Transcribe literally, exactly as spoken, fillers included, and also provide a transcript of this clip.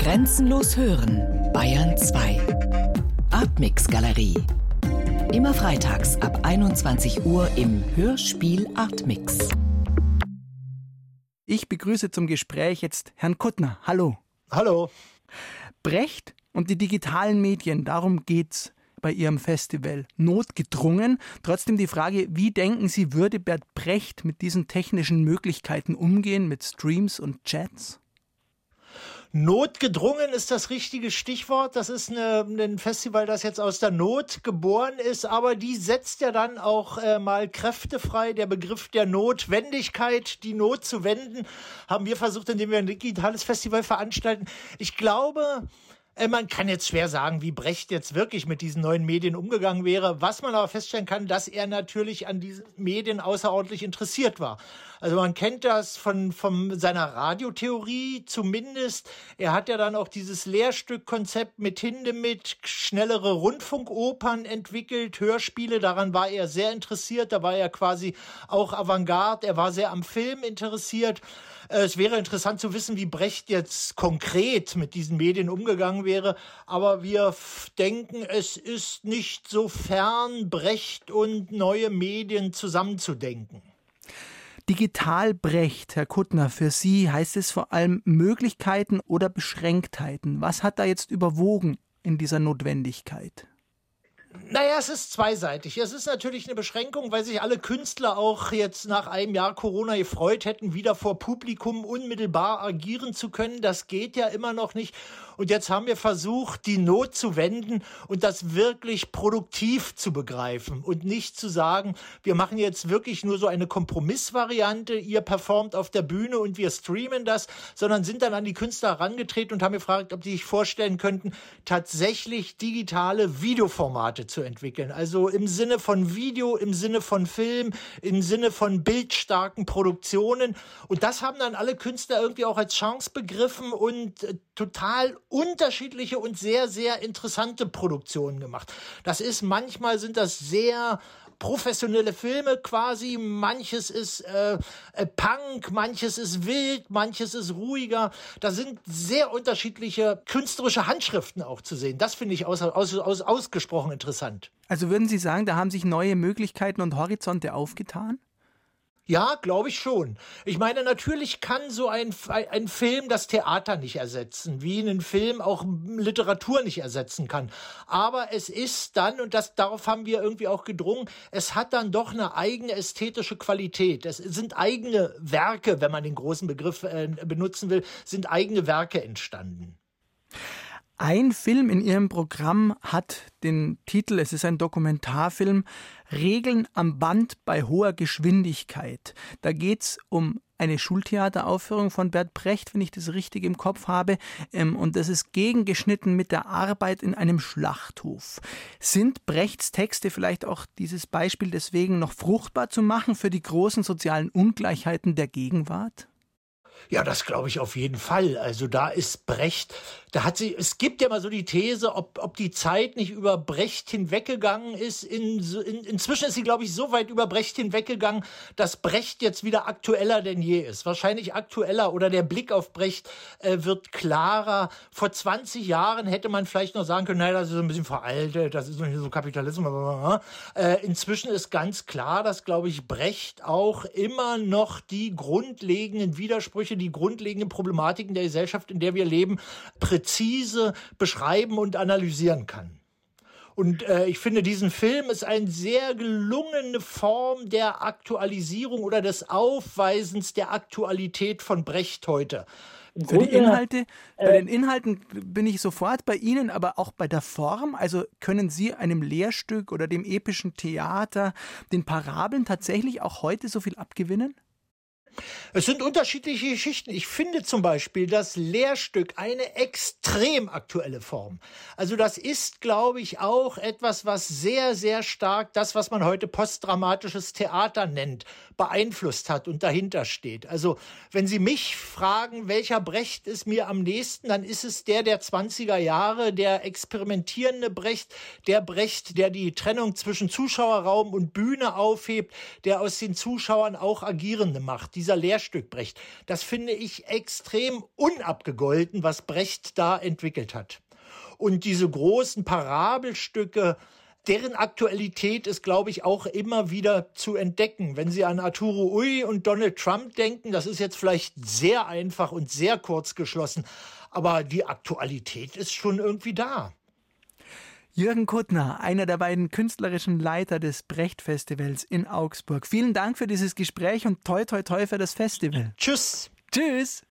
Grenzenlos hören, Bayern zwei. Artmix Galerie. Immer freitags ab einundzwanzig Uhr im Hörspiel Artmix. Ich begrüße zum Gespräch jetzt Herrn Kuttner. Hallo. Hallo. Brecht und die digitalen Medien, darum geht's bei Ihrem Festival. Notgedrungen. Trotzdem die Frage, wie denken Sie, würde Bert Brecht mit diesen technischen Möglichkeiten umgehen, mit Streams und Chats? Notgedrungen ist das richtige Stichwort. Das ist eine, ein Festival, das jetzt aus der Not geboren ist, aber die setzt ja dann auch äh, mal Kräfte frei. Der Begriff der Notwendigkeit, die Not zu wenden, haben wir versucht, indem wir ein digitales Festival veranstalten. Ich glaube, äh, man kann jetzt schwer sagen, wie Brecht jetzt wirklich mit diesen neuen Medien umgegangen wäre. Was man aber feststellen kann, dass er natürlich an diesen Medien außerordentlich interessiert war. Also man kennt das von, von seiner Radiotheorie zumindest. Er hat ja dann auch dieses Lehrstückkonzept mit Hindemith, schnellere Rundfunkopern entwickelt, Hörspiele, daran war er sehr interessiert. Da war er quasi auch Avantgarde, er war sehr am Film interessiert. Es wäre interessant zu wissen, wie Brecht jetzt konkret mit diesen Medien umgegangen wäre. Aber wir denken, es ist nicht so fern, Brecht und neue Medien zusammenzudenken. Digital Brecht, Herr Kuttner, für Sie heißt es vor allem Möglichkeiten oder Beschränktheiten. Was hat da jetzt überwogen in dieser Notwendigkeit? Naja, es ist zweiseitig. Es ist natürlich eine Beschränkung, weil sich alle Künstler auch jetzt nach einem Jahr Corona gefreut hätten, wieder vor Publikum unmittelbar agieren zu können. Das geht ja immer noch nicht. Und jetzt haben wir versucht, die Not zu wenden und das wirklich produktiv zu begreifen und nicht zu sagen, wir machen jetzt wirklich nur so eine Kompromissvariante, ihr performt auf der Bühne und wir streamen das, sondern sind dann an die Künstler herangetreten und haben gefragt, ob die sich vorstellen könnten, tatsächlich digitale Videoformate zu entwickeln. Also im Sinne von Video, im Sinne von Film, im Sinne von bildstarken Produktionen. Und das haben dann alle Künstler irgendwie auch als Chance begriffen und äh, total unterschiedliche und sehr, sehr interessante Produktionen gemacht. Das ist, manchmal sind das sehr professionelle Filme quasi, manches ist äh, äh, Punk, manches ist wild, manches ist ruhiger. Da sind sehr unterschiedliche künstlerische Handschriften auch zu sehen. Das finde ich aus, aus, aus, ausgesprochen interessant. Also würden Sie sagen, da haben sich neue Möglichkeiten und Horizonte aufgetan? Ja, glaube ich schon. Ich meine, natürlich kann so ein, ein Film das Theater nicht ersetzen, wie ein Film auch Literatur nicht ersetzen kann. Aber es ist dann, und das, darauf haben wir irgendwie auch gedrungen, es hat dann doch eine eigene ästhetische Qualität. Es sind eigene Werke, wenn man den großen Begriff äh, benutzen will, sind eigene Werke entstanden. Ein Film in Ihrem Programm hat den Titel, es ist ein Dokumentarfilm, Regeln am Band bei hoher Geschwindigkeit. Da geht es um eine Schultheateraufführung von Bert Brecht, wenn ich das richtig im Kopf habe. Und das ist gegengeschnitten mit der Arbeit in einem Schlachthof. Sind Brechts Texte vielleicht auch dieses Beispiel deswegen noch fruchtbar zu machen für die großen sozialen Ungleichheiten der Gegenwart? Ja, das glaube ich auf jeden Fall. Also da ist Brecht, da hat sie, es gibt ja mal so die These, ob, ob die Zeit nicht über Brecht hinweggegangen ist. In, in, inzwischen ist sie, glaube ich, so weit über Brecht hinweggegangen, dass Brecht jetzt wieder aktueller denn je ist. Wahrscheinlich aktueller, oder der Blick auf Brecht äh, wird klarer. Vor zwanzig Jahren hätte man vielleicht noch sagen können, naja, das ist ein bisschen veraltet, das ist noch nicht so Kapitalismus. Äh, inzwischen ist ganz klar, dass, glaube ich, Brecht auch immer noch die grundlegenden Widersprüche, die grundlegenden Problematiken der Gesellschaft, in der wir leben, präzise beschreiben und analysieren kann. Und äh, ich finde, diesen Film ist eine sehr gelungene Form der Aktualisierung oder des Aufweisens der Aktualität von Brecht heute. Für die Inhalte, bei den Inhalten bin ich sofort bei Ihnen, aber auch bei der Form. Also können Sie einem Lehrstück oder dem epischen Theater, den Parabeln tatsächlich auch heute so viel abgewinnen? Es sind unterschiedliche Geschichten. Ich finde zum Beispiel das Lehrstück eine extrem aktuelle Form. Also das ist, glaube ich, auch etwas, was sehr, sehr stark das, was man heute postdramatisches Theater nennt, beeinflusst hat und dahinter steht. Also wenn Sie mich fragen, welcher Brecht ist mir am nächsten, dann ist es der der zwanziger Jahre, der experimentierende Brecht, der Brecht, der die Trennung zwischen Zuschauerraum und Bühne aufhebt, der aus den Zuschauern auch Agierende macht. Die dieser Lehrstück Brecht. Das finde ich extrem unabgegolten, was Brecht da entwickelt hat. Und diese großen Parabelstücke, deren Aktualität ist, glaube ich, auch immer wieder zu entdecken. Wenn Sie an Arturo Ui und Donald Trump denken, das ist jetzt vielleicht sehr einfach und sehr kurz geschlossen, aber die Aktualität ist schon irgendwie da. Jürgen Kuttner, einer der beiden künstlerischen Leiter des Brecht-Festivals in Augsburg. Vielen Dank für dieses Gespräch und toi toi toi für das Festival. Tschüss. Tschüss.